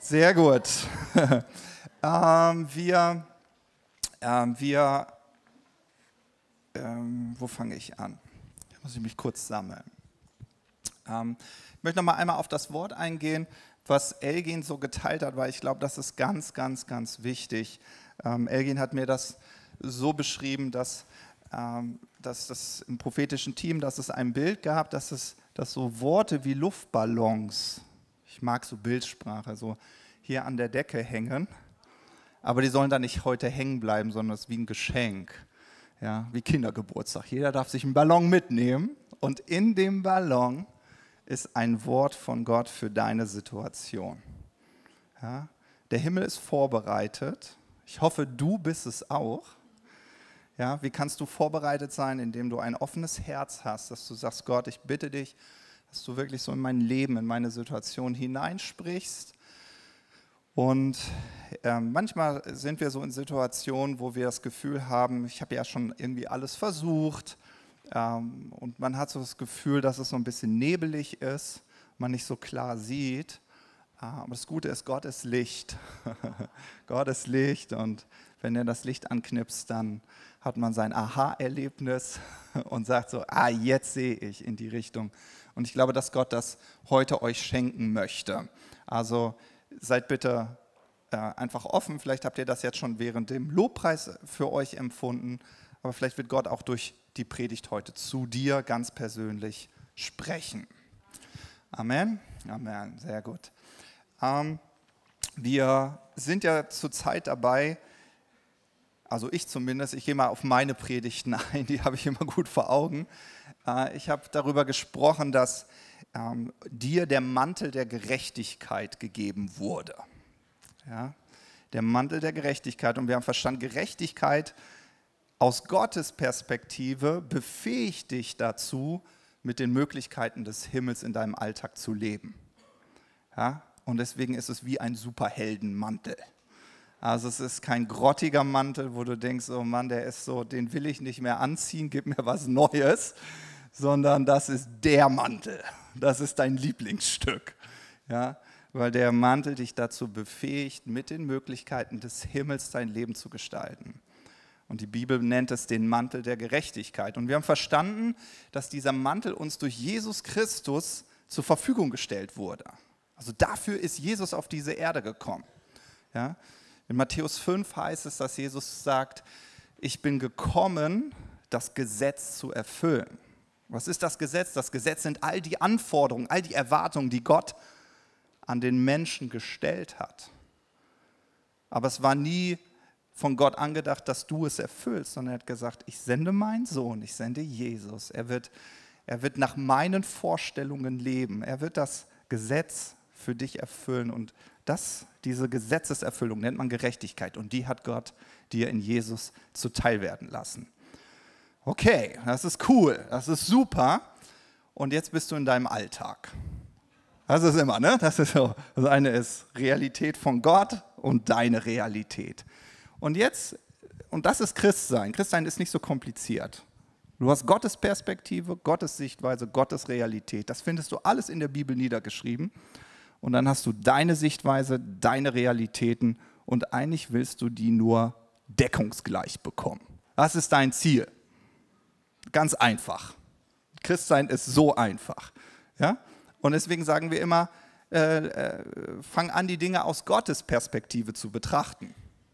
Sehr gut. Wir, wo fange ich an? Da muss ich mich kurz sammeln. Ich möchte noch mal einmal auf das Wort eingehen, was Elgin so geteilt hat, weil ich glaube, das ist ganz, ganz, ganz wichtig. Elgin hat mir das so beschrieben, dass das im prophetischen Team, dass es ein Bild gab, dass so Worte wie Luftballons, ich mag so Bildsprache, so hier an der Decke hängen, aber die sollen da nicht heute hängen bleiben, sondern es ist wie ein Geschenk, ja, wie Kindergeburtstag. Jeder darf sich einen Ballon mitnehmen und in dem Ballon ist ein Wort von Gott für deine Situation. Ja, der Himmel ist vorbereitet. Ich hoffe, du bist es auch. Ja, wie kannst du vorbereitet sein, indem du ein offenes Herz hast, dass du sagst, Gott, ich bitte dich, dass du wirklich so in mein Leben, in meine Situation hineinsprichst. Und manchmal sind wir so in Situationen, wo wir das Gefühl haben, ich habe ja schon irgendwie alles versucht. Und man hat so das Gefühl, dass es so ein bisschen nebelig ist, man nicht so klar sieht. Aber das Gute ist, Gott ist Licht. Gott ist Licht und wenn er das Licht anknipst, dann hat man sein Aha-Erlebnis und sagt so, jetzt sehe ich in die Richtung. Und ich glaube, dass Gott das heute euch schenken möchte. Also seid bitte einfach offen. Vielleicht habt ihr das jetzt schon während dem Lobpreis für euch empfunden. Aber vielleicht wird Gott auch durch die Predigt heute zu dir ganz persönlich sprechen. Amen. Amen. Sehr gut. Wir sind ja zurzeit dabei, also ich zumindest, ich gehe mal auf meine Predigten ein, die habe ich immer gut vor Augen. Ich habe darüber gesprochen, dass dir der Mantel der Gerechtigkeit gegeben wurde. Ja, der Mantel der Gerechtigkeit. Und wir haben verstanden, Gerechtigkeit aus Gottes Perspektive befähigt dich dazu, mit den Möglichkeiten des Himmels in deinem Alltag zu leben. Ja, und deswegen ist es wie ein Superheldenmantel. Also es ist kein grottiger Mantel, wo du denkst, oh Mann, der ist so, den will ich nicht mehr anziehen, gib mir was Neues, sondern das ist der Mantel. Das ist dein Lieblingsstück. Ja, weil der Mantel dich dazu befähigt, mit den Möglichkeiten des Himmels dein Leben zu gestalten. Und die Bibel nennt es den Mantel der Gerechtigkeit. Und wir haben verstanden, dass dieser Mantel uns durch Jesus Christus zur Verfügung gestellt wurde. Also dafür ist Jesus auf diese Erde gekommen. Ja? In Matthäus 5 heißt es, dass Jesus sagt, ich bin gekommen, das Gesetz zu erfüllen. Was ist das Gesetz? Das Gesetz sind all die Anforderungen, all die Erwartungen, die Gott an den Menschen gestellt hat. Aber es war nie von Gott angedacht, dass du es erfüllst, sondern er hat gesagt, ich sende meinen Sohn, ich sende Jesus. Er wird nach meinen Vorstellungen leben. Er wird das Gesetz für dich erfüllen und diese Gesetzeserfüllung nennt man Gerechtigkeit und die hat Gott dir in Jesus zuteil werden lassen. Okay, das ist cool, das ist super und jetzt bist du in deinem Alltag. Das ist immer, ne? Das ist so. Das eine ist Realität von Gott und deine Realität. Und das ist Christsein. Christsein ist nicht so kompliziert. Du hast Gottes Perspektive, Gottes Sichtweise, Gottes Realität. Das findest du alles in der Bibel niedergeschrieben. Und dann hast du deine Sichtweise, deine Realitäten und eigentlich willst du die nur deckungsgleich bekommen. Das ist dein Ziel. Ganz einfach. Christsein ist so einfach. Ja? Und deswegen sagen wir immer, fang an, die Dinge aus Gottes Perspektive zu betrachten.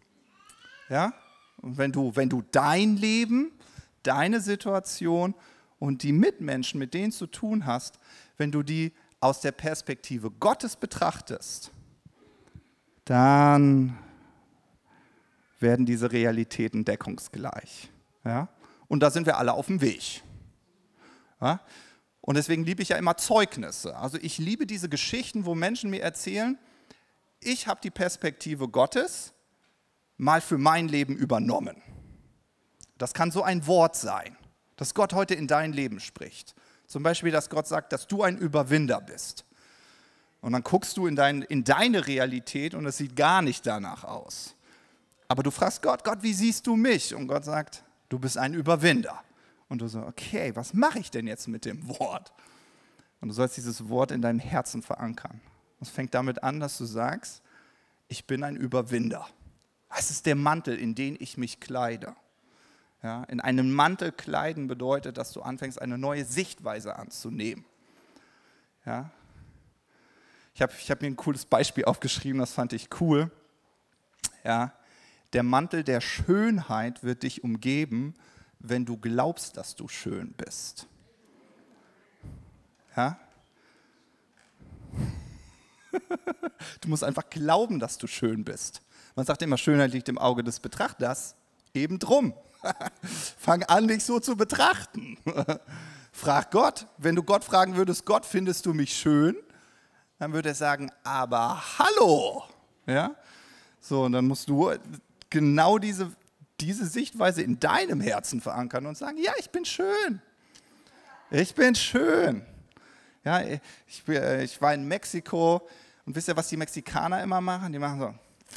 Ja? Und wenn du dein Leben, deine Situation und die Mitmenschen, mit denen zu tun hast, wenn du die aus der Perspektive Gottes betrachtest, dann werden diese Realitäten deckungsgleich. Ja? Und da sind wir alle auf dem Weg. Ja? Und deswegen liebe ich ja immer Zeugnisse. Also ich liebe diese Geschichten, wo Menschen mir erzählen, ich habe die Perspektive Gottes mal für mein Leben übernommen. Das kann so ein Wort sein, dass Gott heute in dein Leben spricht. Zum Beispiel, dass Gott sagt, dass du ein Überwinder bist. Und dann guckst du in deine Realität und es sieht gar nicht danach aus. Aber du fragst Gott, wie siehst du mich? Und Gott sagt, du bist ein Überwinder. Und du so, okay, was mache ich denn jetzt mit dem Wort? Und du sollst dieses Wort in deinem Herzen verankern. Es fängt damit an, dass du sagst, ich bin ein Überwinder. Das ist der Mantel, in den ich mich kleide. Ja, in einen Mantel kleiden bedeutet, dass du anfängst, eine neue Sichtweise anzunehmen. Ja? Ich hab mir ein cooles Beispiel aufgeschrieben, das fand ich cool. Ja? Der Mantel der Schönheit wird dich umgeben, wenn du glaubst, dass du schön bist. Ja? Du musst einfach glauben, dass du schön bist. Man sagt immer, Schönheit liegt im Auge des Betrachters. Eben drum. Fang an, dich so zu betrachten. Frag Gott. Wenn du Gott fragen würdest, Gott, findest du mich schön? Dann würde er sagen, aber hallo. Ja? So, und dann musst du genau diese Sichtweise in deinem Herzen verankern und sagen, ja, ich bin schön. Ich bin schön. Ja, ich war in Mexiko und wisst ihr, was die Mexikaner immer machen? Die machen so.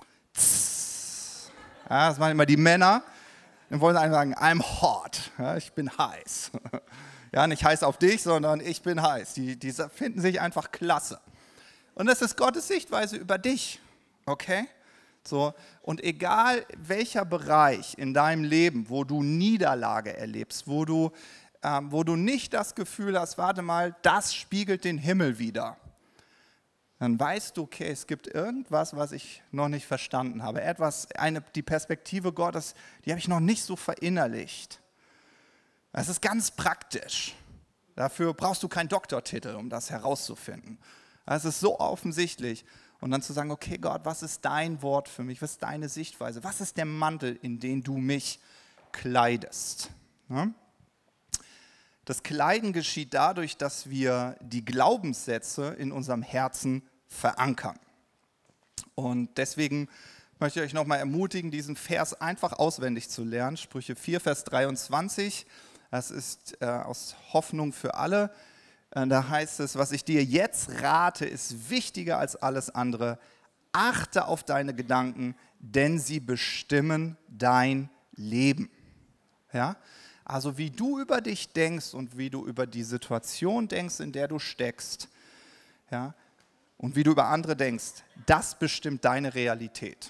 Tss. Ja, das machen immer die Männer. Dann wollen sie einfach sagen, I'm hot. Ja, ich bin heiß. Ja, nicht heiß auf dich, sondern ich bin heiß. Die finden sich einfach klasse. Und das ist Gottes Sichtweise über dich. Okay? So, und egal welcher Bereich in deinem Leben, wo du Niederlage erlebst, wo du nicht das Gefühl hast, warte mal, das spiegelt den Himmel wider, dann weißt du, okay, es gibt irgendwas, was ich noch nicht verstanden habe. Die Perspektive Gottes, die habe ich noch nicht so verinnerlicht. Das ist ganz praktisch. Dafür brauchst du keinen Doktortitel, um das herauszufinden. Das ist so offensichtlich. Und dann zu sagen, okay Gott, was ist dein Wort für mich? Was ist deine Sichtweise? Was ist der Mantel, in den du mich kleidest? Ja? Das Kleiden geschieht dadurch, dass wir die Glaubenssätze in unserem Herzen verankern. Und deswegen möchte ich euch nochmal ermutigen, diesen Vers einfach auswendig zu lernen. Sprüche 4, Vers 23. Das ist aus Hoffnung für alle. Da heißt es, was ich dir jetzt rate, ist wichtiger als alles andere. Achte auf deine Gedanken, denn sie bestimmen dein Leben. Ja? Also wie du über dich denkst und wie du über die Situation denkst, in der du steckst, ja, und wie du über andere denkst, das bestimmt deine Realität.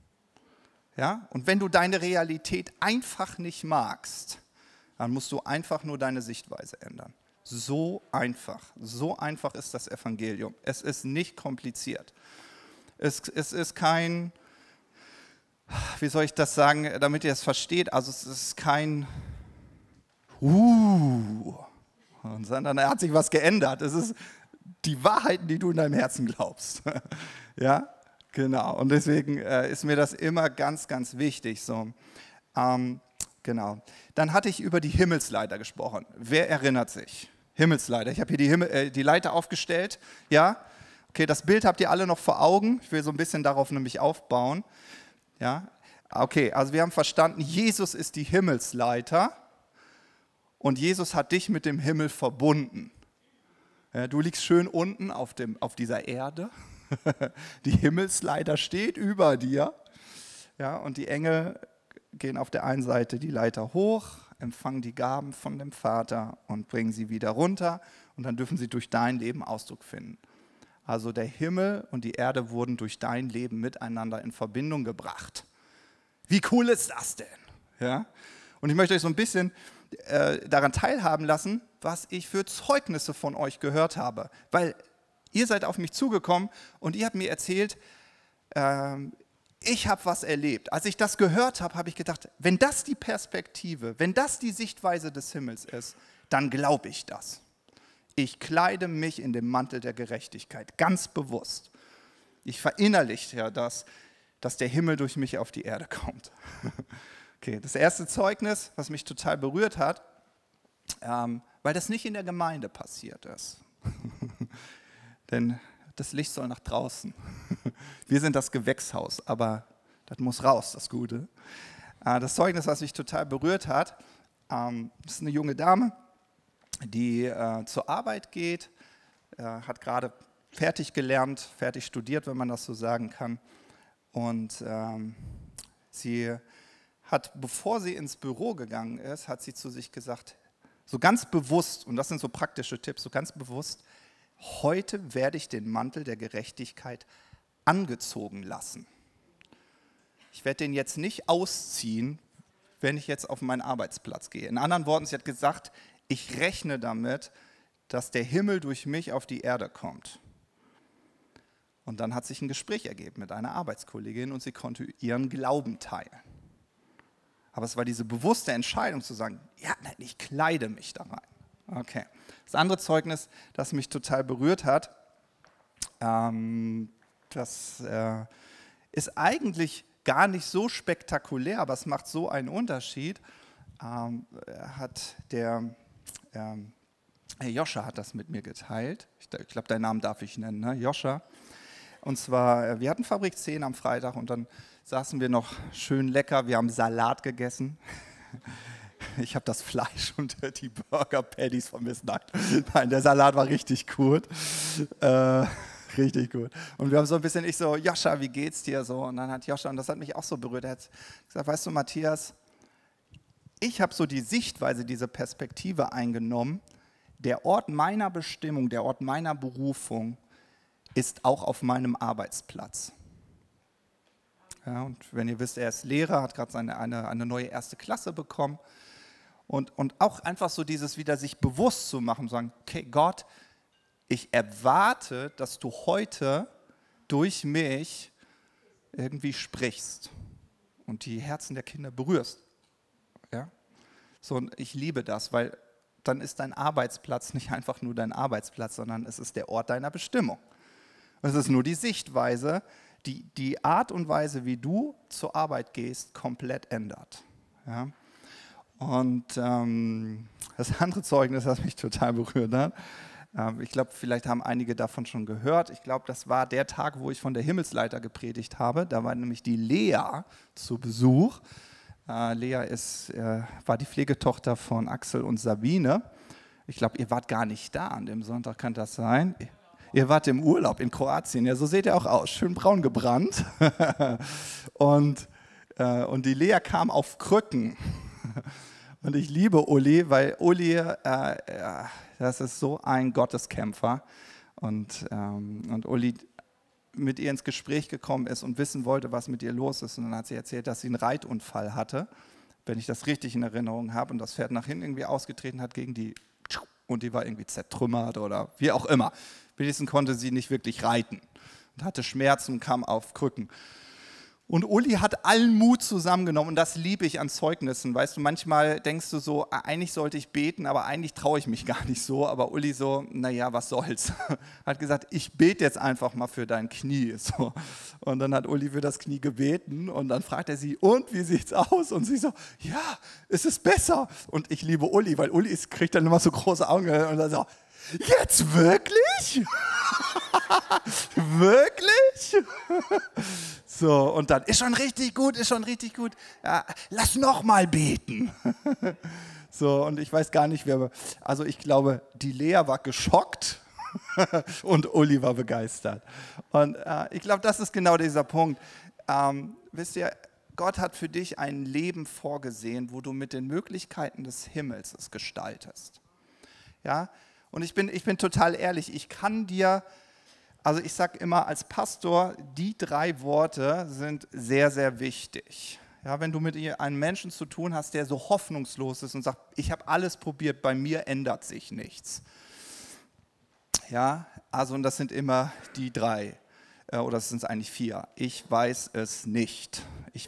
Ja? Und wenn du deine Realität einfach nicht magst, dann musst du einfach nur deine Sichtweise ändern. So einfach ist das Evangelium. Es ist nicht kompliziert. Es ist kein, wie soll ich das sagen, damit ihr es versteht, also es ist kein sondern da hat sich was geändert. Es ist die Wahrheiten, die du in deinem Herzen glaubst. Ja, genau. Und deswegen ist mir das immer ganz, ganz wichtig. So. Genau. Dann hatte ich über die Himmelsleiter gesprochen. Wer erinnert sich? Himmelsleiter. Ich habe hier die Leiter aufgestellt. Ja, okay, das Bild habt ihr alle noch vor Augen. Ich will so ein bisschen darauf nämlich aufbauen. Ja, okay, also wir haben verstanden, Jesus ist die Himmelsleiter. Und Jesus hat dich mit dem Himmel verbunden. Ja, du liegst schön unten auf dieser Erde. Die Himmelsleiter steht über dir. Ja, und die Engel gehen auf der einen Seite die Leiter hoch, empfangen die Gaben von dem Vater und bringen sie wieder runter. Und dann dürfen sie durch dein Leben Ausdruck finden. Also der Himmel und die Erde wurden durch dein Leben miteinander in Verbindung gebracht. Wie cool ist das denn? Ja? Und ich möchte euch so ein bisschen daran teilhaben lassen, was ich für Zeugnisse von euch gehört habe. Weil ihr seid auf mich zugekommen und ihr habt mir erzählt, ich habe was erlebt. Als ich das gehört habe, habe ich gedacht, wenn das die Perspektive, wenn das die Sichtweise des Himmels ist, dann glaube ich das. Ich kleide mich in den Mantel der Gerechtigkeit, ganz bewusst. Ich verinnerliche ja das, dass der Himmel durch mich auf die Erde kommt. Okay, das erste Zeugnis, was mich total berührt hat, weil das nicht in der Gemeinde passiert ist. Denn das Licht soll nach draußen. Wir sind das Gewächshaus, aber das muss raus, das Gute. Das Zeugnis, was mich total berührt hat, ist eine junge Dame, die zur Arbeit geht, hat gerade fertig gelernt, fertig studiert, wenn man das so sagen kann. Und sie hat, bevor sie ins Büro gegangen ist, hat sie zu sich gesagt, so ganz bewusst, und das sind so praktische Tipps, so ganz bewusst, heute werde ich den Mantel der Gerechtigkeit angezogen lassen. Ich werde den jetzt nicht ausziehen, wenn ich jetzt auf meinen Arbeitsplatz gehe. In anderen Worten, sie hat gesagt, ich rechne damit, dass der Himmel durch mich auf die Erde kommt. Und dann hat sich ein Gespräch ergeben mit einer Arbeitskollegin und sie konnte ihren Glauben teilen. Aber es war diese bewusste Entscheidung zu sagen, ja, nein, ich kleide mich da rein. Okay. Das andere Zeugnis, das mich total berührt hat, das ist eigentlich gar nicht so spektakulär, aber es macht so einen Unterschied. Herr Joscha hat das mit mir geteilt. Ich glaube, deinen Namen darf ich nennen, ne? Joscha. Und zwar, wir hatten Fabrik 10 am Freitag und dann saßen wir noch schön lecker. Wir haben Salat gegessen. Ich habe das Fleisch und die Burger-Patties vermisst. Nein, der Salat war richtig gut. Richtig gut. Und wir haben so ein bisschen, ich so, Joscha, wie geht's dir so? Und dann hat Joscha, und das hat mich auch so berührt, er hat gesagt, weißt du, Matthias, ich habe so die Sichtweise, diese Perspektive eingenommen, der Ort meiner Bestimmung, der Ort meiner Berufung ist auch auf meinem Arbeitsplatz. Ja, und wenn ihr wisst, er ist Lehrer, hat gerade eine neue erste Klasse bekommen und auch einfach so dieses wieder sich bewusst zu machen, sagen, okay, Gott, ich erwarte, dass du heute durch mich irgendwie sprichst und die Herzen der Kinder berührst. Ja? So, und ich liebe das, weil dann ist dein Arbeitsplatz nicht einfach nur dein Arbeitsplatz, sondern es ist der Ort deiner Bestimmung. Es ist nur die Sichtweise, die Art und Weise, wie du zur Arbeit gehst, komplett ändert. Ja? Und das andere Zeugnis, das mich total berührt hat, ich glaube, vielleicht haben einige davon schon gehört. Ich glaube, das war der Tag, wo ich von der Himmelsleiter gepredigt habe. Da war nämlich die Lea zu Besuch. Lea war die Pflegetochter von Axel und Sabine. Ich glaube, ihr wart gar nicht da an dem Sonntag, kann das sein? Ihr wart im Urlaub in Kroatien. Ja, so seht ihr auch aus. Schön braun gebrannt. Und die Lea kam auf Krücken. Und ich liebe Uli, weil Uli, das ist so ein Gotteskämpfer. Und Uli mit ihr ins Gespräch gekommen ist und wissen wollte, was mit ihr los ist. Und dann hat sie erzählt, dass sie einen Reitunfall hatte, wenn ich das richtig in Erinnerung habe. Und das Pferd nach hinten irgendwie ausgetreten hat gegen die, und die war irgendwie zertrümmert oder wie auch immer. Wenigstens konnte sie nicht wirklich reiten und hatte Schmerzen und kam auf Krücken. Und Uli hat allen Mut zusammengenommen und das liebe ich an Zeugnissen. Weißt du, manchmal denkst du so, eigentlich sollte ich beten, aber eigentlich traue ich mich gar nicht so. Aber Uli so, naja, was soll's. Hat gesagt, ich bete jetzt einfach mal für dein Knie. So. Und dann hat Uli für das Knie gebeten und dann fragt er sie, und wie sieht's aus? Und sie so, ja, es ist besser. Und ich liebe Uli, weil Uli kriegt dann immer so große Augen und dann so, jetzt wirklich? Wirklich? So, und dann, ist schon richtig gut. Ja, lass noch mal beten. So, und ich weiß gar nicht, also ich glaube, die Lea war geschockt und Uli war begeistert. Und ich glaube, das ist genau dieser Punkt. Wisst ihr, Gott hat für dich ein Leben vorgesehen, wo du mit den Möglichkeiten des Himmels es gestaltest. Ja, und ich bin total ehrlich, also ich sage immer als Pastor, die 3 Worte sind sehr, sehr wichtig. Ja, wenn du mit einem Menschen zu tun hast, der so hoffnungslos ist und sagt, ich habe alles probiert, bei mir ändert sich nichts. Ja, also und das sind immer die 3, oder es sind eigentlich 4. Ich weiß es nicht.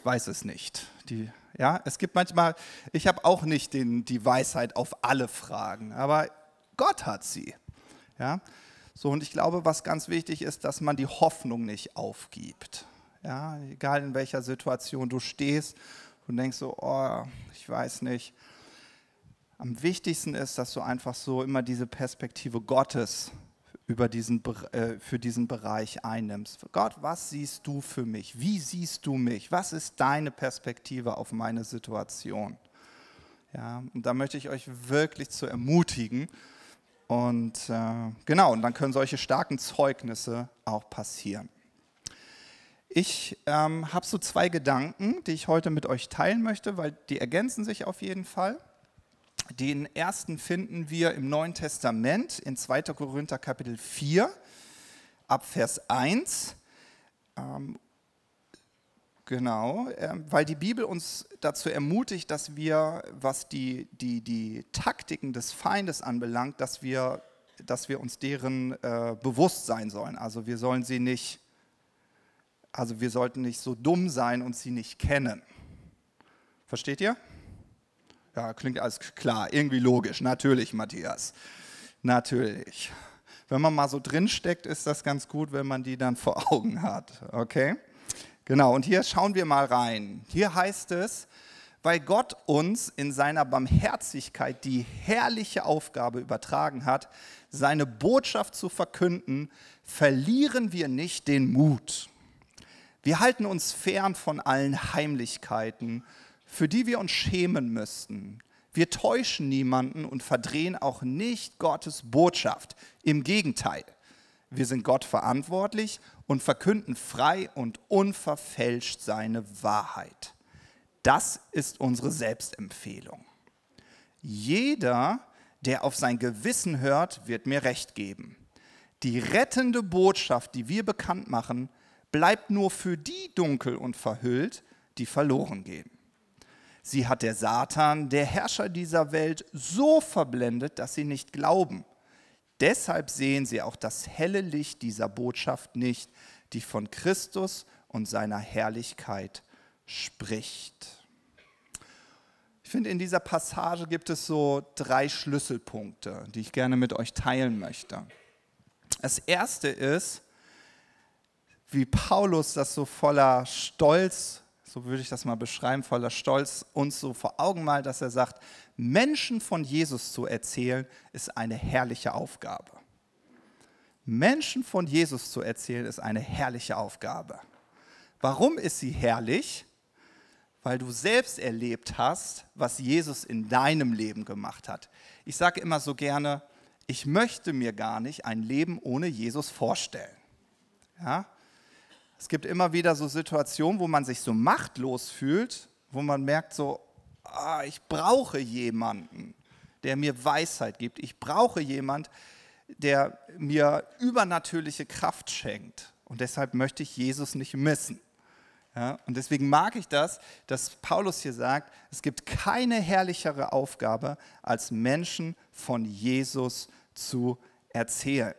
Es gibt manchmal, ich habe auch nicht die Weisheit auf alle Fragen, aber Gott hat sie. Ja? So, und ich glaube, was ganz wichtig ist, dass man die Hoffnung nicht aufgibt. Ja? Egal in welcher Situation du stehst und denkst so, oh, ich weiß nicht. Am wichtigsten ist, dass du einfach so immer diese Perspektive Gottes für diesen Bereich einnimmst. Gott, was siehst du für mich? Wie siehst du mich? Was ist deine Perspektive auf meine Situation? Ja, und da möchte ich euch wirklich zu ermutigen. Und und dann können solche starken Zeugnisse auch passieren. Ich habe so 2 Gedanken, die ich heute mit euch teilen möchte, weil die ergänzen sich auf jeden Fall. Den ersten finden wir im Neuen Testament in 2. Korinther Kapitel 4 ab Vers 1. Genau, weil die Bibel uns dazu ermutigt, dass wir, was die Taktiken des Feindes anbelangt, dass wir uns deren bewusst sein sollen. Also wir sollten nicht so dumm sein und sie nicht kennen. Versteht ihr? Ja, klingt alles klar, irgendwie logisch. Natürlich, Matthias. Natürlich. Wenn man mal so drinsteckt, ist das ganz gut, wenn man die dann vor Augen hat. Okay? Genau, und hier schauen wir mal rein. Hier heißt es, weil Gott uns in seiner Barmherzigkeit die herrliche Aufgabe übertragen hat, seine Botschaft zu verkünden, verlieren wir nicht den Mut. Wir halten uns fern von allen Heimlichkeiten, für die wir uns schämen müssten. Wir täuschen niemanden und verdrehen auch nicht Gottes Botschaft. Im Gegenteil, wir sind Gott verantwortlich und verkünden frei und unverfälscht seine Wahrheit. Das ist unsere Selbstempfehlung. Jeder, der auf sein Gewissen hört, wird mir Recht geben. Die rettende Botschaft, die wir bekannt machen, bleibt nur für die dunkel und verhüllt, die verloren gehen. Sie hat der Satan, der Herrscher dieser Welt, so verblendet, dass sie nicht glauben. Deshalb sehen sie auch das helle Licht dieser Botschaft nicht, die von Christus und seiner Herrlichkeit spricht. Ich finde, in dieser Passage gibt es so 3 Schlüsselpunkte, die ich gerne mit euch teilen möchte. Das erste ist, wie Paulus das so voller Stolz, so würde ich das mal beschreiben, voller Stolz uns so vor Augen malt, dass er sagt, Menschen von Jesus zu erzählen, ist eine herrliche Aufgabe. Menschen von Jesus zu erzählen, ist eine herrliche Aufgabe. Warum ist sie herrlich? Weil du selbst erlebt hast, was Jesus in deinem Leben gemacht hat. Ich sage immer so gerne, ich möchte mir gar nicht ein Leben ohne Jesus vorstellen. Ja? Es gibt immer wieder so Situationen, wo man sich so machtlos fühlt, wo man merkt so, ich brauche jemanden, der mir Weisheit gibt. Ich brauche jemanden, der mir übernatürliche Kraft schenkt. Und deshalb möchte ich Jesus nicht missen. Ja, und deswegen mag ich das, dass Paulus hier sagt, es gibt keine herrlichere Aufgabe, als Menschen von Jesus zu erzählen.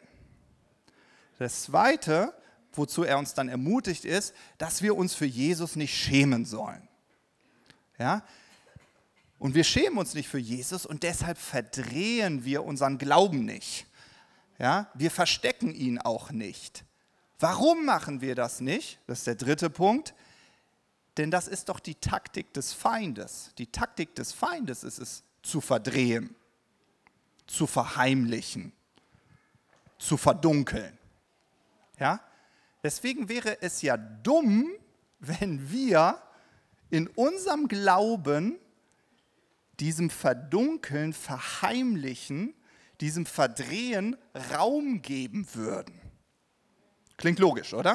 Das Zweite, wozu er uns dann ermutigt ist, dass wir uns für Jesus nicht schämen sollen. Ja? Und wir schämen uns nicht für Jesus und deshalb verdrehen wir unseren Glauben nicht. Ja? Wir verstecken ihn auch nicht. Warum machen wir das nicht? Das ist der dritte Punkt. Denn das ist doch die Taktik des Feindes. Die Taktik des Feindes ist es, zu verdrehen, zu verheimlichen, zu verdunkeln. Ja? Deswegen wäre es ja dumm, wenn wir in unserem Glauben diesem Verdunkeln, Verheimlichen, diesem Verdrehen Raum geben würden. Klingt logisch, oder?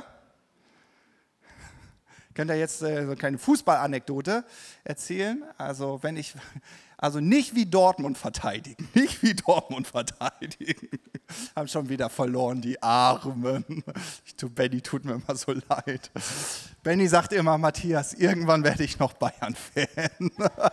Könnt ihr jetzt so eine kleine Fußballanekdote erzählen? Also nicht wie Dortmund verteidigen, nicht wie Dortmund verteidigen. Haben schon wieder verloren, die Armen. Benny tut mir immer so leid. Benny sagt immer, Matthias, irgendwann werde ich noch Bayern-Fan.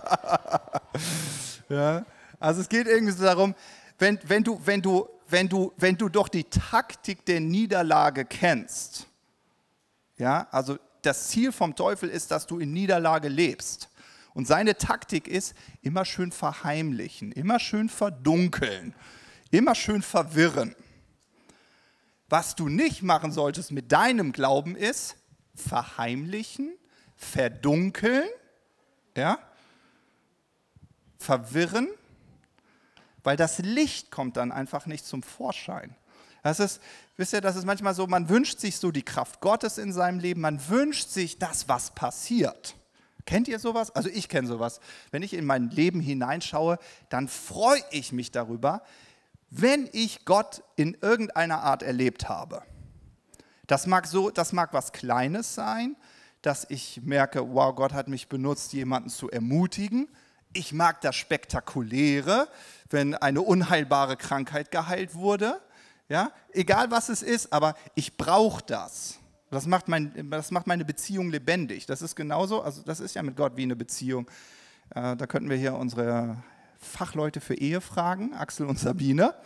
Ja? Also es geht irgendwie so darum, wenn du doch die Taktik der Niederlage kennst, ja, also das Ziel vom Teufel ist, dass du in Niederlage lebst. Und seine Taktik ist, immer schön verheimlichen, immer schön verdunkeln, immer schön verwirren. Was du nicht machen solltest mit deinem Glauben ist, verheimlichen, verdunkeln, ja, verwirren, weil das Licht kommt dann einfach nicht zum Vorschein. Das ist manchmal so, man wünscht sich so die Kraft Gottes in seinem Leben, man wünscht sich das, was passiert. Kennt ihr sowas? Also ich kenne sowas. Wenn ich in mein Leben hineinschaue, dann freue ich mich darüber, wenn ich Gott in irgendeiner Art erlebt habe. Das mag was Kleines sein, dass ich merke, wow, Gott hat mich benutzt, jemanden zu ermutigen. Ich mag das Spektakuläre, wenn eine unheilbare Krankheit geheilt wurde. Ja, egal was es ist, aber ich brauche das. Das macht meine Beziehung lebendig. Das ist genauso, also das ist ja mit Gott wie eine Beziehung. Da könnten wir hier unsere Fachleute für Ehe fragen, Axel und Sabine.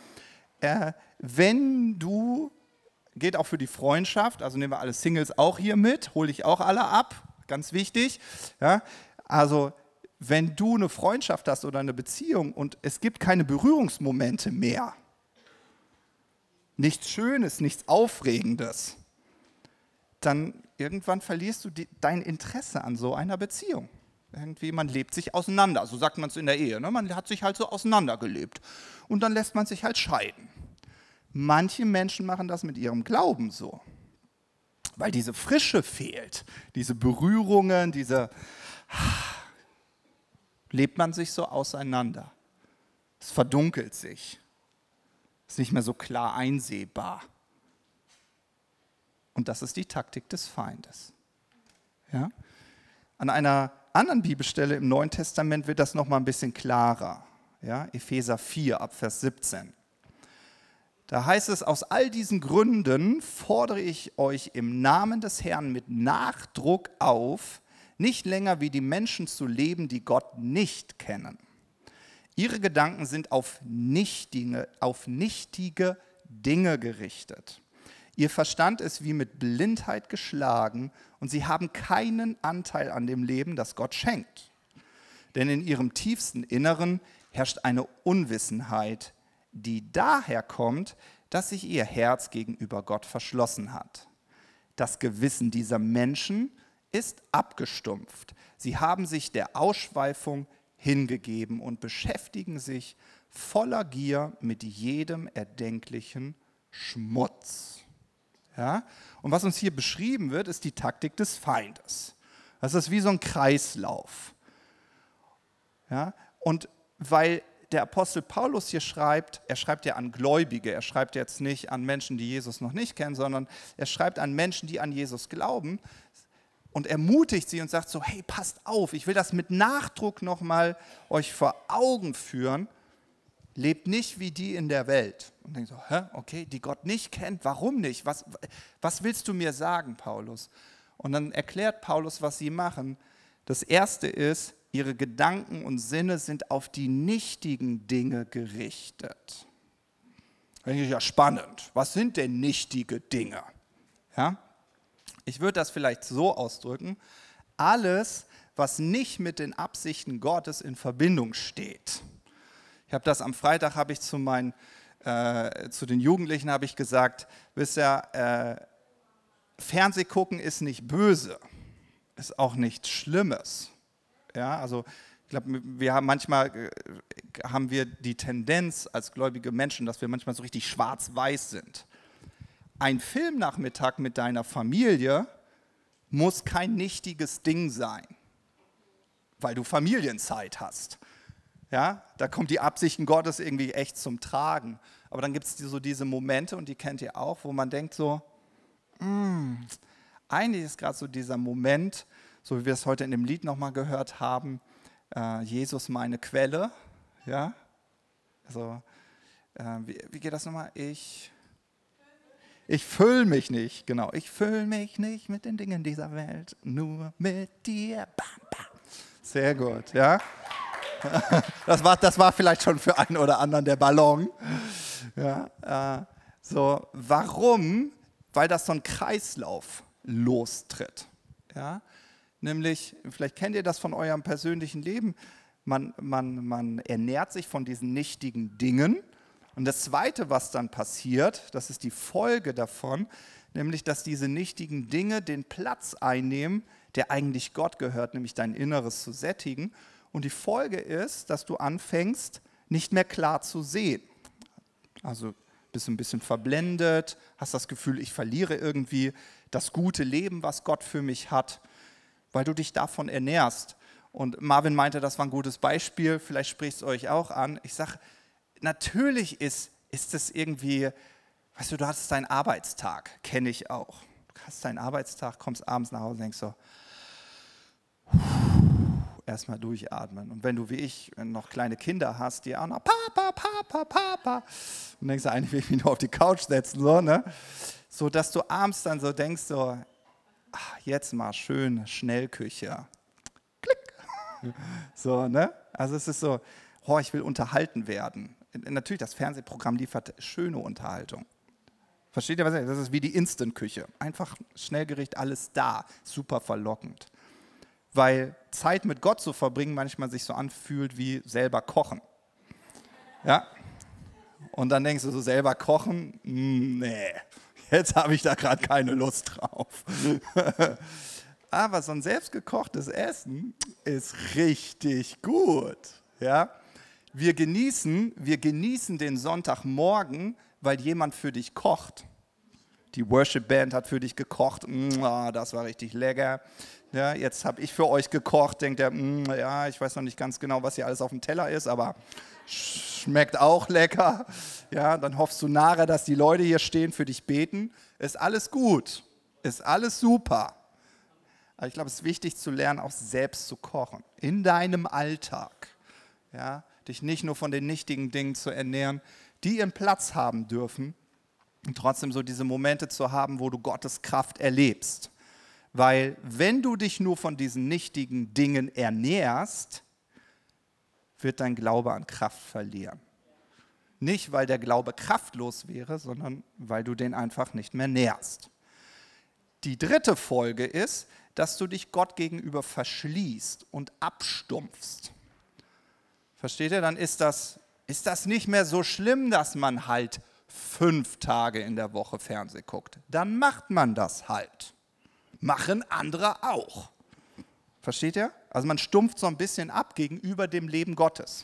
Wenn du, geht auch für die Freundschaft, also nehmen wir alle Singles auch hier mit, hole ich auch alle ab, ganz wichtig. Ja, also wenn du eine Freundschaft hast oder eine Beziehung und es gibt keine Berührungsmomente mehr, nichts Schönes, nichts Aufregendes, dann irgendwann verlierst du dein Interesse an so einer Beziehung. Irgendwie, man lebt sich auseinander, so sagt man es in der Ehe, ne? Man hat sich halt so auseinandergelebt und dann lässt man sich halt scheiden. Manche Menschen machen das mit ihrem Glauben so, weil diese Frische fehlt, diese Berührungen, lebt man sich so auseinander. Es verdunkelt sich, es ist nicht mehr so klar einsehbar. Und das ist die Taktik des Feindes. Ja? An einer anderen Bibelstelle im Neuen Testament wird das nochmal ein bisschen klarer. Ja? Epheser 4, ab Vers 17. Da heißt es, aus all diesen Gründen fordere ich euch im Namen des Herrn mit Nachdruck auf, nicht länger wie die Menschen zu leben, die Gott nicht kennen. Ihre Gedanken sind auf nichtige Dinge gerichtet. Ihr Verstand ist wie mit Blindheit geschlagen und sie haben keinen Anteil an dem Leben, das Gott schenkt. Denn in ihrem tiefsten Inneren herrscht eine Unwissenheit, die daher kommt, dass sich ihr Herz gegenüber Gott verschlossen hat. Das Gewissen dieser Menschen ist abgestumpft. Sie haben sich der Ausschweifung hingegeben und beschäftigen sich voller Gier mit jedem erdenklichen Schmutz. Ja? Und was uns hier beschrieben wird, ist die Taktik des Feindes. Das ist wie so ein Kreislauf. Ja? Und weil der Apostel Paulus hier schreibt, er schreibt ja an Gläubige, er schreibt jetzt nicht an Menschen, die Jesus noch nicht kennen, sondern er schreibt an Menschen, die an Jesus glauben und ermutigt sie und sagt so, hey, passt auf, ich will das mit Nachdruck nochmal euch vor Augen führen, lebt nicht wie die in der Welt. Und denkt so, okay, die Gott nicht kennt, warum nicht? Was willst du mir sagen, Paulus? Und dann erklärt Paulus, was sie machen. Das erste ist, ihre Gedanken und Sinne sind auf die nichtigen Dinge gerichtet. Das ist ja spannend. Was sind denn nichtige Dinge? Ja? Ich würde das vielleicht so ausdrücken. Alles, was nicht mit den Absichten Gottes in Verbindung steht. Ich habe das am Freitag, zu den Jugendlichen habe ich gesagt, wisst ihr, Fernseh gucken ist nicht böse, ist auch nichts Schlimmes. Ja, also ich glaube, manchmal haben wir die Tendenz als gläubige Menschen, dass wir manchmal so richtig schwarz-weiß sind. Ein Filmnachmittag mit deiner Familie muss kein nichtiges Ding sein, weil du Familienzeit hast. Ja, da kommt die Absichten Gottes irgendwie echt zum Tragen. Aber dann gibt es so diese Momente, und die kennt ihr auch, wo man denkt so, eigentlich ist gerade so dieser Moment, so wie wir es heute in dem Lied nochmal gehört haben, Jesus meine Quelle. Ja? Also, wie geht das nochmal? Ich fülle mich nicht, genau. Ich fülle mich nicht mit den Dingen dieser Welt, nur mit dir. Bam, bam. Sehr gut, ja. Das war vielleicht schon für einen oder anderen der Ballon. Ja, warum? Weil das so ein Kreislauf lostritt. Ja? Nämlich, vielleicht kennt ihr das von eurem persönlichen Leben, man ernährt sich von diesen nichtigen Dingen. Und das Zweite, was dann passiert, das ist die Folge davon, nämlich, dass diese nichtigen Dinge den Platz einnehmen, der eigentlich Gott gehört, nämlich dein Inneres zu sättigen. Und die Folge ist, dass du anfängst, nicht mehr klar zu sehen. Also bist du ein bisschen verblendet, hast das Gefühl, ich verliere irgendwie das gute Leben, was Gott für mich hat, weil du dich davon ernährst. Und Marvin meinte, das war ein gutes Beispiel, vielleicht spricht es euch auch an. Ich sage, natürlich ist es irgendwie, weißt du hattest deinen Arbeitstag, kenne ich auch. Du hast deinen Arbeitstag, kommst abends nach Hause und denkst so, erstmal durchatmen. Und wenn du wie ich noch kleine Kinder hast, die auch noch Papa, Papa, Papa, und denkst du, eigentlich will ich mich nur auf die Couch setzen, so, ne? so dass du abends dann so denkst, so, ach, jetzt mal schön Schnellküche. Klick. So, ne? Also es ist so, oh, ich will unterhalten werden. Natürlich, das Fernsehprogramm liefert schöne Unterhaltung. Versteht ihr, was ich meine? Das ist wie die Instant-Küche. Einfach Schnellgericht, alles da. Super verlockend. Weil Zeit mit Gott zu verbringen manchmal sich so anfühlt wie selber kochen. Ja? Und dann denkst du so, selber kochen? Nee, jetzt habe ich da gerade keine Lust drauf. Aber so ein selbstgekochtes Essen ist richtig gut. Ja? Wir genießen den Sonntagmorgen, weil jemand für dich kocht. Die Worship-Band hat für dich gekocht. Das war richtig lecker. Ja, jetzt habe ich für euch gekocht. Denkt ihr, ja, ich weiß noch nicht ganz genau, was hier alles auf dem Teller ist, aber schmeckt auch lecker. Ja, dann hoffst du nachher, dass die Leute hier stehen, für dich beten. Ist alles gut. Ist alles super. Aber ich glaube, es ist wichtig zu lernen, auch selbst zu kochen. In deinem Alltag. Ja, dich nicht nur von den nichtigen Dingen zu ernähren, die ihren Platz haben dürfen. Und trotzdem so diese Momente zu haben, wo du Gottes Kraft erlebst. Weil wenn du dich nur von diesen nichtigen Dingen ernährst, wird dein Glaube an Kraft verlieren. Nicht, weil der Glaube kraftlos wäre, sondern weil du den einfach nicht mehr nährst. Die dritte Folge ist, dass du dich Gott gegenüber verschließt und abstumpfst. Versteht ihr? Dann ist das nicht mehr so schlimm, dass man halt 5 Tage in der Woche Fernsehen guckt. Dann macht man das halt. Machen andere auch. Versteht ihr? Also man stumpft so ein bisschen ab gegenüber dem Leben Gottes.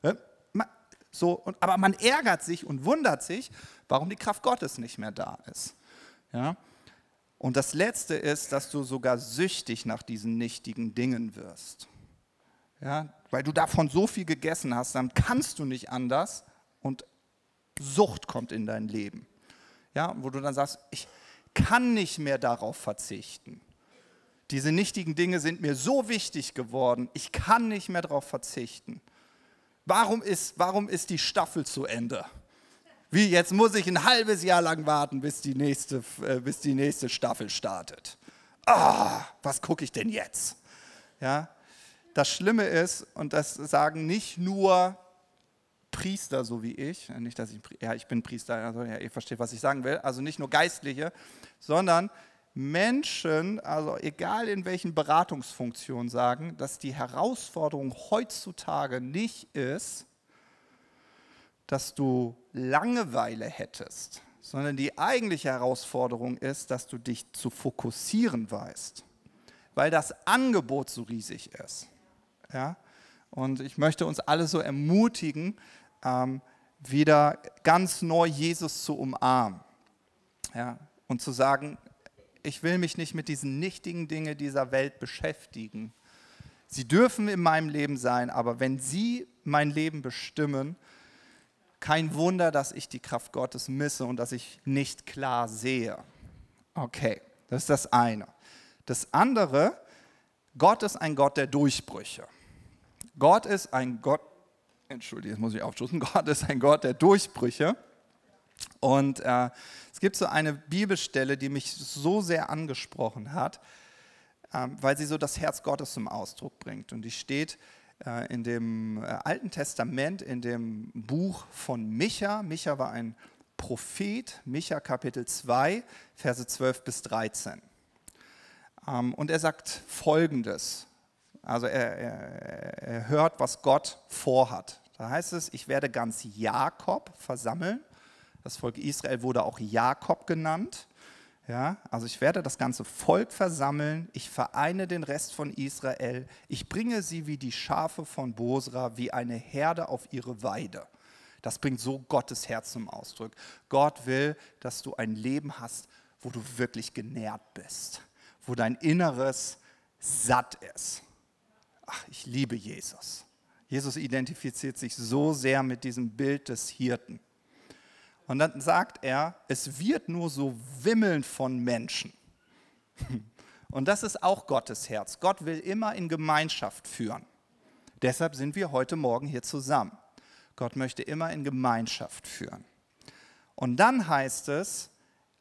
Aber man ärgert sich und wundert sich, warum die Kraft Gottes nicht mehr da ist. Ja? Und das Letzte ist, dass du sogar süchtig nach diesen nichtigen Dingen wirst. Ja? Weil du davon so viel gegessen hast, dann kannst du nicht anders und Sucht kommt in dein Leben. Ja? Wo du dann sagst, ich kann nicht mehr darauf verzichten. Diese nichtigen Dinge sind mir so wichtig geworden, ich kann nicht mehr darauf verzichten. Warum ist die Staffel zu Ende? Wie, jetzt muss ich ein halbes Jahr lang warten, bis die nächste Staffel startet. Was gucke ich denn jetzt? Ja? Das Schlimme ist, und das sagen nicht nur Priester, so wie ich, nicht, dass ich bin Priester, also ja, ihr versteht, was ich sagen will, also nicht nur Geistliche, sondern Menschen, also egal in welchen Beratungsfunktionen, sagen, dass die Herausforderung heutzutage nicht ist, dass du Langeweile hättest, sondern die eigentliche Herausforderung ist, dass du dich zu fokussieren weißt, weil das Angebot so riesig ist. Ja? Und ich möchte uns alle so ermutigen, wieder ganz neu Jesus zu umarmen. Ja? Und zu sagen, ich will mich nicht mit diesen nichtigen Dingen dieser Welt beschäftigen. Sie dürfen in meinem Leben sein, aber wenn sie mein Leben bestimmen, kein Wunder, dass ich die Kraft Gottes misse und dass ich nicht klar sehe. Okay, das ist das eine. Das andere, Gott ist ein Gott der Durchbrüche. Gott ist ein Gott der Durchbrüche. Und es gibt so eine Bibelstelle, die mich so sehr angesprochen hat, weil sie so das Herz Gottes zum Ausdruck bringt. Und die steht in dem Alten Testament, in dem Buch von Micha. Micha war ein Prophet, Micha Kapitel 2, Verse 12 bis 13. Und er sagt Folgendes. Also er hört, was Gott vorhat. Da heißt es, ich werde ganz Jakob versammeln. Das Volk Israel wurde auch Jakob genannt. Ja, also ich werde das ganze Volk versammeln. Ich vereine den Rest von Israel. Ich bringe sie wie die Schafe von Bosra, wie eine Herde auf ihre Weide. Das bringt so Gottes Herz zum Ausdruck. Gott will, dass du ein Leben hast, wo du wirklich genährt bist. Wo dein Inneres satt ist. Ach, ich liebe Jesus. Jesus identifiziert sich so sehr mit diesem Bild des Hirten. Und dann sagt er, es wird nur so wimmeln von Menschen. Und das ist auch Gottes Herz. Gott will immer in Gemeinschaft führen. Deshalb sind wir heute Morgen hier zusammen. Gott möchte immer in Gemeinschaft führen. Und dann heißt es,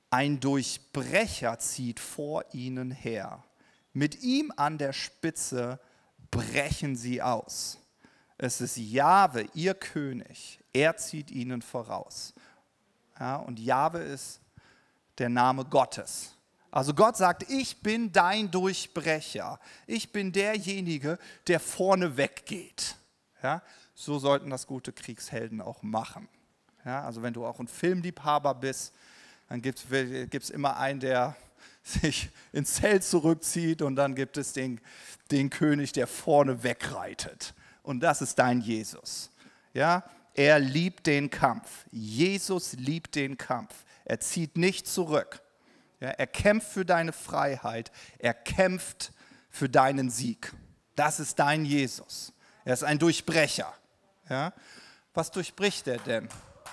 Ein Durchbrecher zieht vor ihnen her. Mit ihm an der Spitze brechen sie aus. Es ist Jahwe, ihr König. Er zieht ihnen voraus. Ja, und Jahwe ist der Name Gottes. Also Gott sagt, ich bin dein Durchbrecher. Ich bin derjenige, der vorne weggeht. Ja, so sollten das gute Kriegshelden auch machen. Ja, also wenn du auch ein Filmliebhaber bist, dann gibt es immer einen, der sich ins Zelt zurückzieht und dann gibt es den König, der vorne wegreitet. Und das ist dein Jesus. Ja, er liebt den Kampf. Jesus liebt den Kampf. Er zieht nicht zurück. Ja, er kämpft für deine Freiheit. Er kämpft für deinen Sieg. Das ist dein Jesus. Er ist ein Durchbrecher. Ja? Was durchbricht er denn?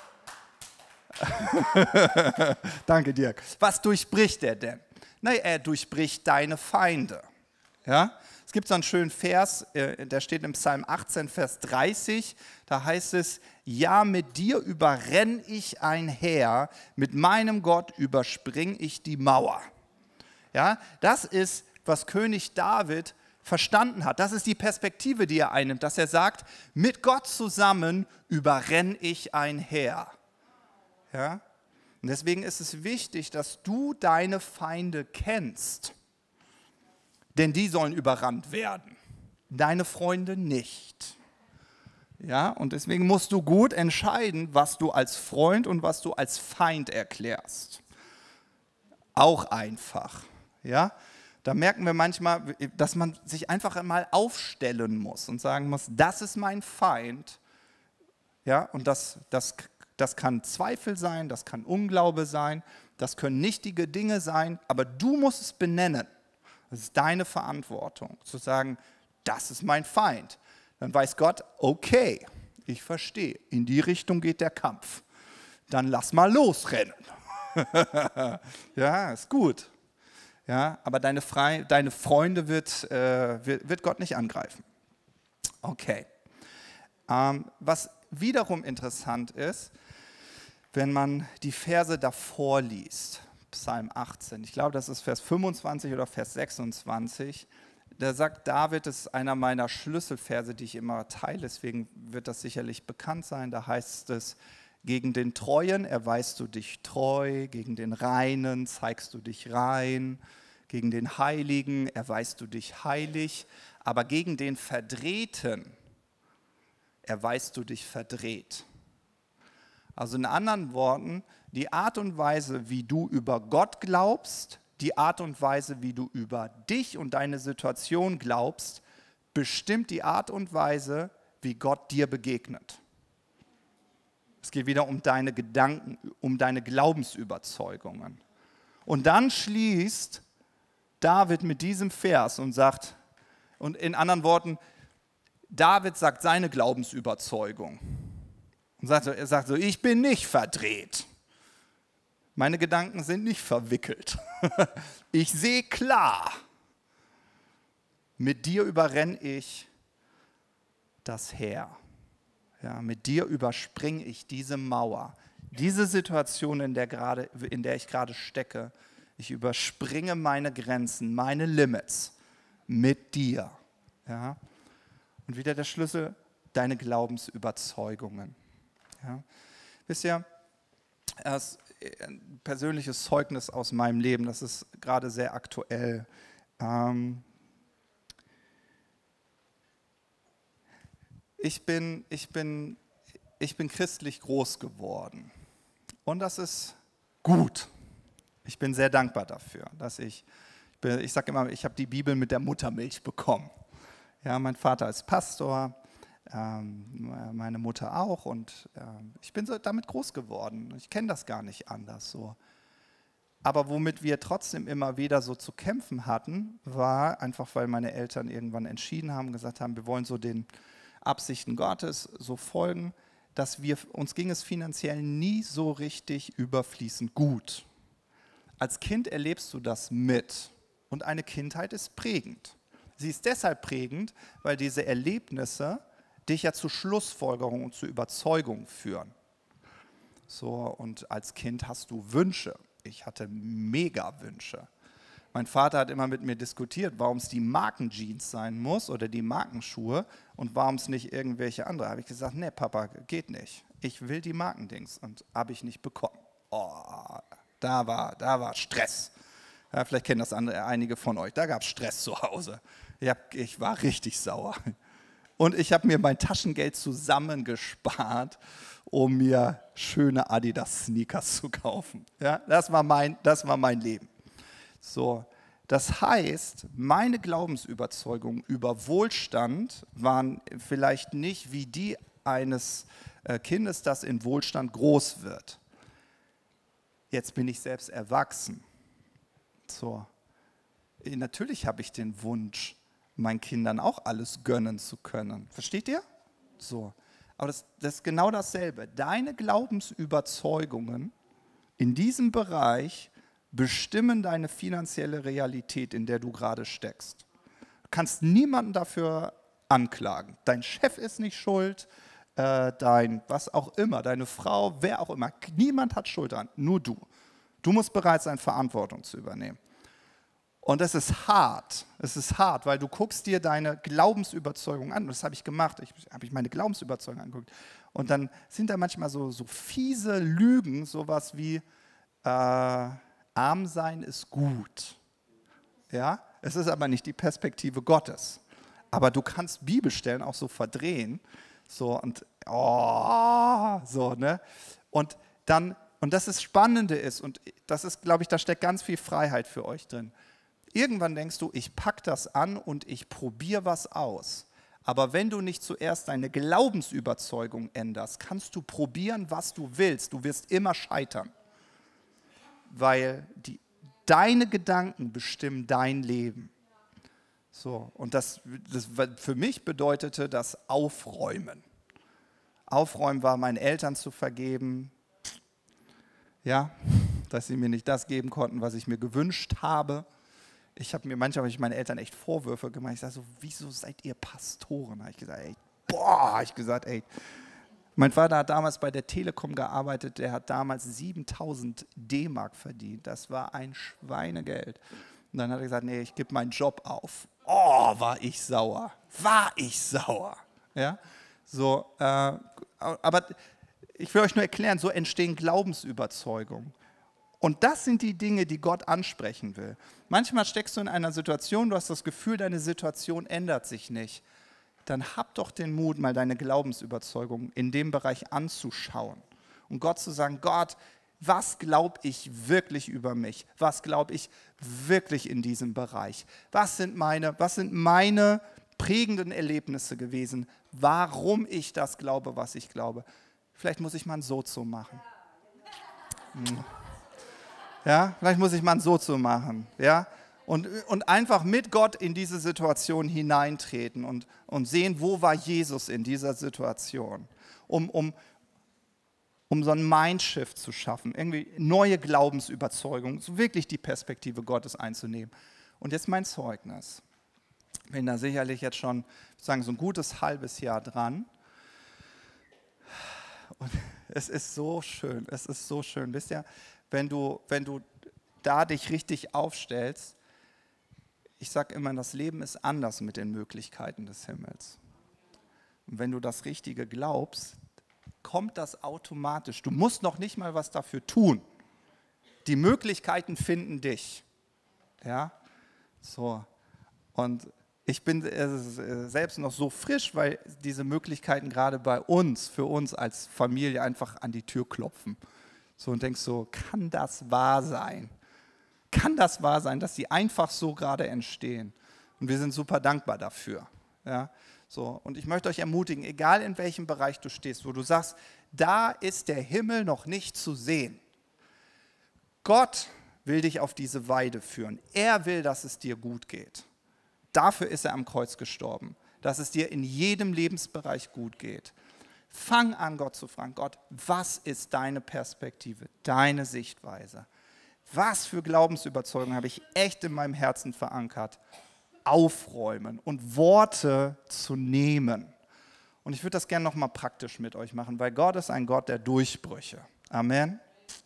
Danke, Dirk. Was durchbricht er denn? Nein, er durchbricht deine Feinde. Ja? Es gibt so einen schönen Vers, der steht im Psalm 18, Vers 30. Da heißt es, ja, mit dir überrenn ich ein Heer, mit meinem Gott überspring ich die Mauer. Ja? Das ist, was König David verstanden hat. Das ist die Perspektive, die er einnimmt, dass er sagt, mit Gott zusammen überrenn ich ein Heer. Ja? Und deswegen ist es wichtig, dass du deine Feinde kennst, denn die sollen überrannt werden, deine Freunde nicht. Ja? Und deswegen musst du gut entscheiden, was du als Freund und was du als Feind erklärst. Auch einfach. Ja? Da merken wir manchmal, dass man sich einfach einmal aufstellen muss und sagen muss, das ist mein Feind. Ja, und das kann Zweifel sein, das kann Unglaube sein, das können nichtige Dinge sein, aber du musst es benennen. Das ist deine Verantwortung, zu sagen, das ist mein Feind. Dann weiß Gott, okay, ich verstehe, in die Richtung geht der Kampf. Dann lass mal losrennen. Ja, ist gut. Ja, aber deine Freunde wird Gott nicht angreifen. Okay. Was wiederum interessant ist, wenn man die Verse davor liest, Psalm 18, ich glaube, das ist Vers 25 oder Vers 26, da sagt David, das ist einer meiner Schlüsselverse, die ich immer teile, deswegen wird das sicherlich bekannt sein, da heißt es, gegen den Treuen erweist du dich treu, gegen den Reinen zeigst du dich rein, gegen den Heiligen erweist du dich heilig, aber gegen den Verdrehten erweist du dich verdreht. Also in anderen Worten, die Art und Weise, wie du über Gott glaubst, die Art und Weise, wie du über dich und deine Situation glaubst, bestimmt die Art und Weise, wie Gott dir begegnet. Es geht wieder um deine Gedanken, um deine Glaubensüberzeugungen. Und dann schließt David mit diesem Vers und sagt, und in anderen Worten, David sagt seine Glaubensüberzeugung. Und er sagt so, ich bin nicht verdreht. Meine Gedanken sind nicht verwickelt. Ich sehe klar. Mit dir überrenne ich das Heer. Ja, mit dir überspringe ich diese Mauer, diese Situation, in der ich gerade stecke. Ich überspringe meine Grenzen, meine Limits mit dir. Ja? Und wieder der Schlüssel, deine Glaubensüberzeugungen. Ja? Wisst ihr, das ist ein persönliches Zeugnis aus meinem Leben, das ist gerade sehr aktuell. Ich bin christlich groß geworden und das ist gut. Ich bin sehr dankbar dafür, dass ich sage immer, ich habe die Bibel mit der Muttermilch bekommen. Ja, mein Vater ist Pastor, meine Mutter auch und ich bin so damit groß geworden. Ich kenne das gar nicht anders so. Aber womit wir trotzdem immer wieder so zu kämpfen hatten, war einfach, weil meine Eltern irgendwann entschieden haben, gesagt haben, wir wollen so den Absichten Gottes so folgen, dass uns ging es finanziell nie so richtig überfließend gut. Als Kind erlebst du das mit und eine Kindheit ist prägend. Sie ist deshalb prägend, weil diese Erlebnisse dich ja zu Schlussfolgerungen und zu Überzeugungen führen. So, und als Kind hast du Wünsche ich hatte mega Wünsche. Mein Vater hat immer mit mir diskutiert, warum es die Markenjeans sein muss oder die Markenschuhe und warum es nicht irgendwelche andere. Habe ich gesagt, nee, Papa, geht nicht. Ich will die Markendings und habe ich nicht bekommen. Oh, da war Stress. Ja, vielleicht kennen das einige von euch. Da gab es Stress zu Hause. Ich war richtig sauer. Und ich habe mir mein Taschengeld zusammengespart, um mir schöne Adidas-Sneakers zu kaufen. Ja, das war mein Leben. So, das heißt, meine Glaubensüberzeugungen über Wohlstand waren vielleicht nicht wie die eines Kindes, das in Wohlstand groß wird. Jetzt bin ich selbst erwachsen. So, natürlich habe ich den Wunsch, meinen Kindern auch alles gönnen zu können. Versteht ihr? So, aber das ist genau dasselbe. Deine Glaubensüberzeugungen in diesem Bereich bestimmen deine finanzielle Realität, in der du gerade steckst. Du kannst niemanden dafür anklagen. Dein Chef ist nicht schuld, dein was auch immer, deine Frau, wer auch immer. Niemand hat Schuld an, nur du. Du musst bereit sein, Verantwortung zu übernehmen. Und es ist hart, weil du guckst dir deine Glaubensüberzeugung an. Und das habe ich gemacht, habe ich meine Glaubensüberzeugung angeguckt. Und dann sind da manchmal so fiese Lügen, sowas wie, arm sein ist gut. Ja? Es ist aber nicht die Perspektive Gottes. Aber du kannst Bibelstellen auch so verdrehen. So und ne? Und das Spannende ist, und das ist, glaube ich, da steckt ganz viel Freiheit für euch drin. Irgendwann denkst du, ich packe das an und ich probiere was aus. Aber wenn du nicht zuerst deine Glaubensüberzeugung änderst, kannst du probieren, was du willst. Du wirst immer scheitern. Weil deine Gedanken bestimmen dein Leben. So, und das für mich bedeutete das Aufräumen. Aufräumen war, meinen Eltern zu vergeben, ja, dass sie mir nicht das geben konnten, was ich mir gewünscht habe. Manchmal habe ich meinen Eltern echt Vorwürfe gemacht. Ich sage so, wieso seid ihr Pastoren? Habe ich gesagt, ey. Mein Vater hat damals bei der Telekom gearbeitet, der hat damals 7.000 D-Mark verdient. Das war ein Schweinegeld. Und dann hat er gesagt, nee, ich gebe meinen Job auf. Oh, war ich sauer. Ja? So, aber ich will euch nur erklären, so entstehen Glaubensüberzeugungen. Und das sind die Dinge, die Gott ansprechen will. Manchmal steckst du in einer Situation, du hast das Gefühl, deine Situation ändert sich nicht. Dann hab doch den Mut, mal deine Glaubensüberzeugung in dem Bereich anzuschauen. Und Gott zu sagen, Gott, was glaube ich wirklich über mich? Was glaube ich wirklich in diesem Bereich? Was sind meine prägenden Erlebnisse gewesen? Warum ich das glaube, was ich glaube? Vielleicht muss ich mal ein Sozo machen. Ja, vielleicht muss ich mal ein Sozo machen. Ja? Und einfach mit Gott in diese Situation hineintreten und sehen, wo war Jesus in dieser Situation, um so einen Mindshift zu schaffen, irgendwie neue Glaubensüberzeugungen, so wirklich die Perspektive Gottes einzunehmen. Und jetzt mein Zeugnis. Ich bin da sicherlich jetzt schon, so ein gutes halbes Jahr dran. Und es ist so schön, Wisst ihr, wenn du da dich richtig aufstellst, ich sage immer, das Leben ist anders mit den Möglichkeiten des Himmels. Und wenn du das Richtige glaubst, kommt das automatisch. Du musst noch nicht mal was dafür tun. Die Möglichkeiten finden dich. Ja, so. Und ich bin selbst noch so frisch, weil diese Möglichkeiten gerade für uns als Familie einfach an die Tür klopfen. So und denkst so, kann das wahr sein? Kann das wahr sein, dass sie einfach so gerade entstehen? Und wir sind super dankbar dafür. Ja? So, und ich möchte euch ermutigen, egal in welchem Bereich du stehst, wo du sagst, da ist der Himmel noch nicht zu sehen. Gott will dich auf diese Weide führen. Er will, dass es dir gut geht. Dafür ist er am Kreuz gestorben, dass es dir in jedem Lebensbereich gut geht. Fang an, Gott zu fragen, Gott, was ist deine Perspektive, deine Sichtweise? Was für Glaubensüberzeugungen habe ich echt in meinem Herzen verankert? Aufräumen und Worte zu nehmen. Und ich würde das gerne nochmal praktisch mit euch machen, weil Gott ist ein Gott der Durchbrüche. Amen.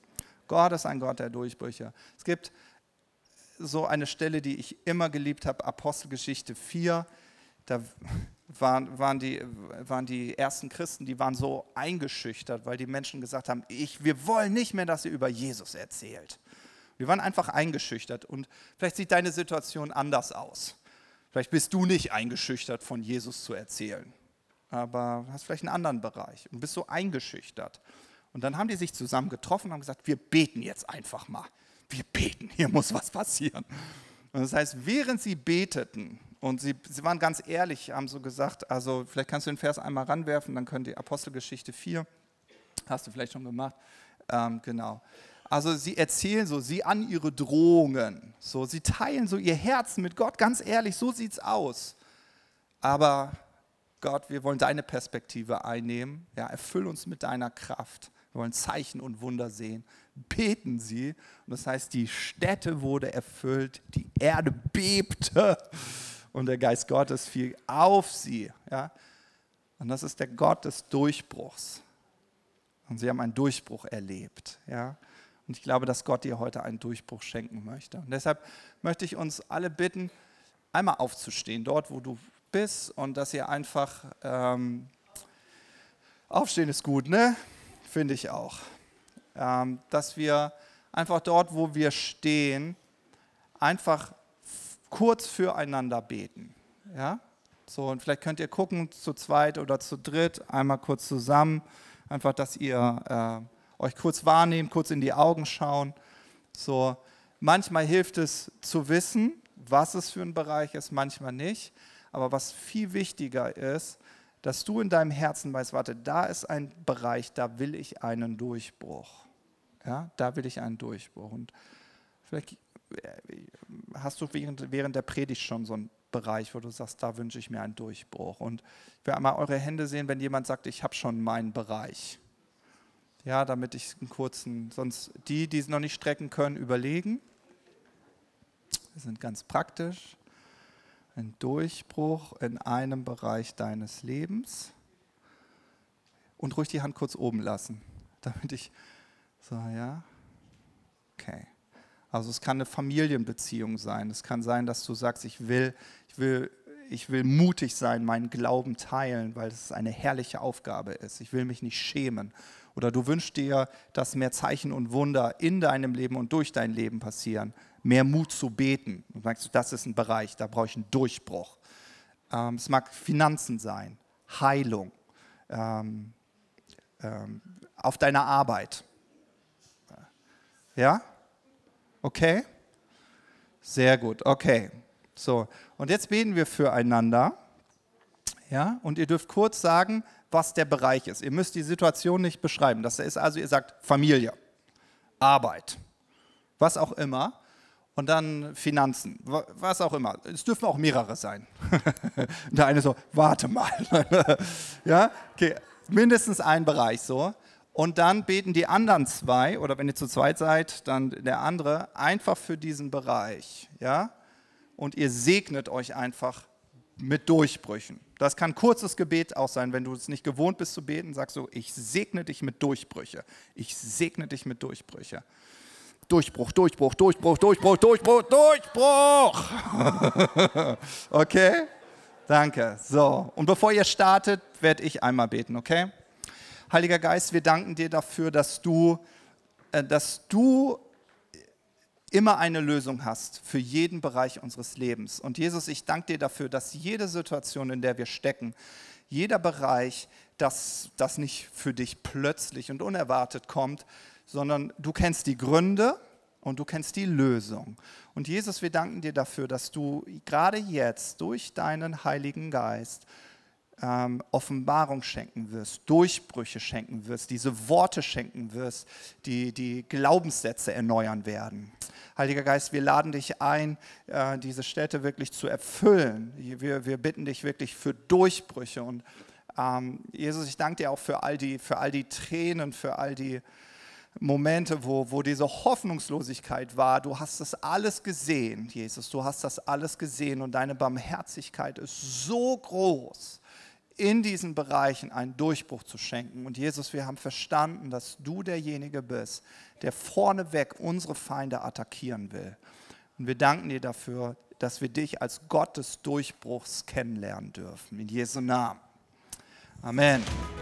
Gott ist ein Gott der Durchbrüche. Es gibt so eine Stelle, die ich immer geliebt habe, Apostelgeschichte 4. Da waren die ersten Christen, die waren so eingeschüchtert, weil die Menschen gesagt haben, wir wollen nicht mehr, dass ihr über Jesus erzählt. Wir waren einfach eingeschüchtert und vielleicht sieht deine Situation anders aus. Vielleicht bist du nicht eingeschüchtert, von Jesus zu erzählen, aber hast vielleicht einen anderen Bereich und bist so eingeschüchtert. Und dann haben die sich zusammen getroffen und haben gesagt, wir beten jetzt einfach mal. Wir beten, hier muss was passieren. Und das heißt, während sie beteten, und sie waren ganz ehrlich, haben so gesagt, also vielleicht kannst du den Vers einmal ranwerfen, dann könnt ihr Apostelgeschichte 4, hast du vielleicht schon gemacht, genau. Also sie erzählen so, sie an ihre Drohungen, so, sie teilen so ihr Herzen mit Gott, ganz ehrlich, so sieht's aus. Aber Gott, wir wollen deine Perspektive einnehmen, ja, erfüll uns mit deiner Kraft. Wir wollen Zeichen und Wunder sehen. Beten sie. Und das heißt, die Stätte wurde erfüllt, die Erde bebte und der Geist Gottes fiel auf sie. Ja? Und das ist der Gott des Durchbruchs. Und sie haben einen Durchbruch erlebt. Ja? Und ich glaube, dass Gott dir heute einen Durchbruch schenken möchte. Und deshalb möchte ich uns alle bitten, einmal aufzustehen, dort wo du bist, und dass ihr einfach, aufstehen ist gut, ne? Finde ich auch. Dass wir einfach dort, wo wir stehen, einfach kurz füreinander beten. Ja? So, und vielleicht könnt ihr gucken, zu zweit oder zu dritt, einmal kurz zusammen, einfach, dass ihr euch kurz wahrnehmt, kurz in die Augen schauen. So, manchmal hilft es zu wissen, was es für ein Bereich ist, manchmal nicht. Aber was viel wichtiger ist, dass du in deinem Herzen weißt, warte, da ist ein Bereich, da will ich einen Durchbruch. Ja, da will ich einen Durchbruch. Und vielleicht hast du während der Predigt schon so einen Bereich, wo du sagst, da wünsche ich mir einen Durchbruch. Und ich will einmal eure Hände sehen, wenn jemand sagt, ich habe schon meinen Bereich. Ja, damit ich einen kurzen, sonst die es noch nicht strecken können, überlegen. Wir sind ganz praktisch. Ein Durchbruch in einem Bereich deines Lebens. Und ruhig die Hand kurz oben lassen, damit ich, so, ja, okay. Also es kann eine Familienbeziehung sein. Es kann sein, dass du sagst, ich will mutig sein, meinen Glauben teilen, weil es eine herrliche Aufgabe ist. Ich will mich nicht schämen. Oder du wünschst dir, dass mehr Zeichen und Wunder in deinem Leben und durch dein Leben passieren. Mehr Mut zu beten. Und sagst, das ist ein Bereich, da brauche ich einen Durchbruch. Es mag Finanzen sein, Heilung, auf deiner Arbeit. Ja? Okay? Sehr gut, okay. So, und jetzt beten wir füreinander. Ja? Und ihr dürft kurz sagen, was der Bereich ist. Ihr müsst die Situation nicht beschreiben. Das ist also, ihr sagt Familie, Arbeit, was auch immer. Und dann Finanzen, was auch immer. Es dürfen auch mehrere sein. Der eine so, warte mal. Ja, okay, mindestens ein Bereich so. Und dann beten die anderen zwei, oder wenn ihr zu zweit seid, dann der andere, einfach für diesen Bereich. Ja? Und ihr segnet euch einfach mit Durchbrüchen. Das kann ein kurzes Gebet auch sein, wenn du es nicht gewohnt bist zu beten, sagst du, ich segne dich mit Durchbrüche. Ich segne dich mit Durchbrüche. Durchbruch, Durchbruch, Durchbruch, Durchbruch, Durchbruch, Durchbruch. Okay? Danke. So, und bevor ihr startet, werde ich einmal beten, okay? Heiliger Geist, wir danken dir dafür, dass du immer eine Lösung hast für jeden Bereich unseres Lebens. Und Jesus, ich danke dir dafür, dass jede Situation, in der wir stecken, jeder Bereich, dass das nicht für dich plötzlich und unerwartet kommt, sondern du kennst die Gründe und du kennst die Lösung. Und Jesus, wir danken dir dafür, dass du gerade jetzt durch deinen Heiligen Geist Offenbarung schenken wirst, Durchbrüche schenken wirst, diese Worte schenken wirst, die Glaubenssätze erneuern werden. Heiliger Geist, wir laden dich ein, diese Städte wirklich zu erfüllen. Wir bitten dich wirklich für Durchbrüche. Und Jesus, ich danke dir auch für all die Tränen, für all die Momente, wo diese Hoffnungslosigkeit war. Du hast das alles gesehen, Jesus, du hast das alles gesehen und deine Barmherzigkeit ist so groß in diesen Bereichen einen Durchbruch zu schenken. Und Jesus, wir haben verstanden, dass du derjenige bist, der vorneweg unsere Feinde attackieren will. Und wir danken dir dafür, dass wir dich als Gott des Durchbruchs kennenlernen dürfen. In Jesu Namen. Amen.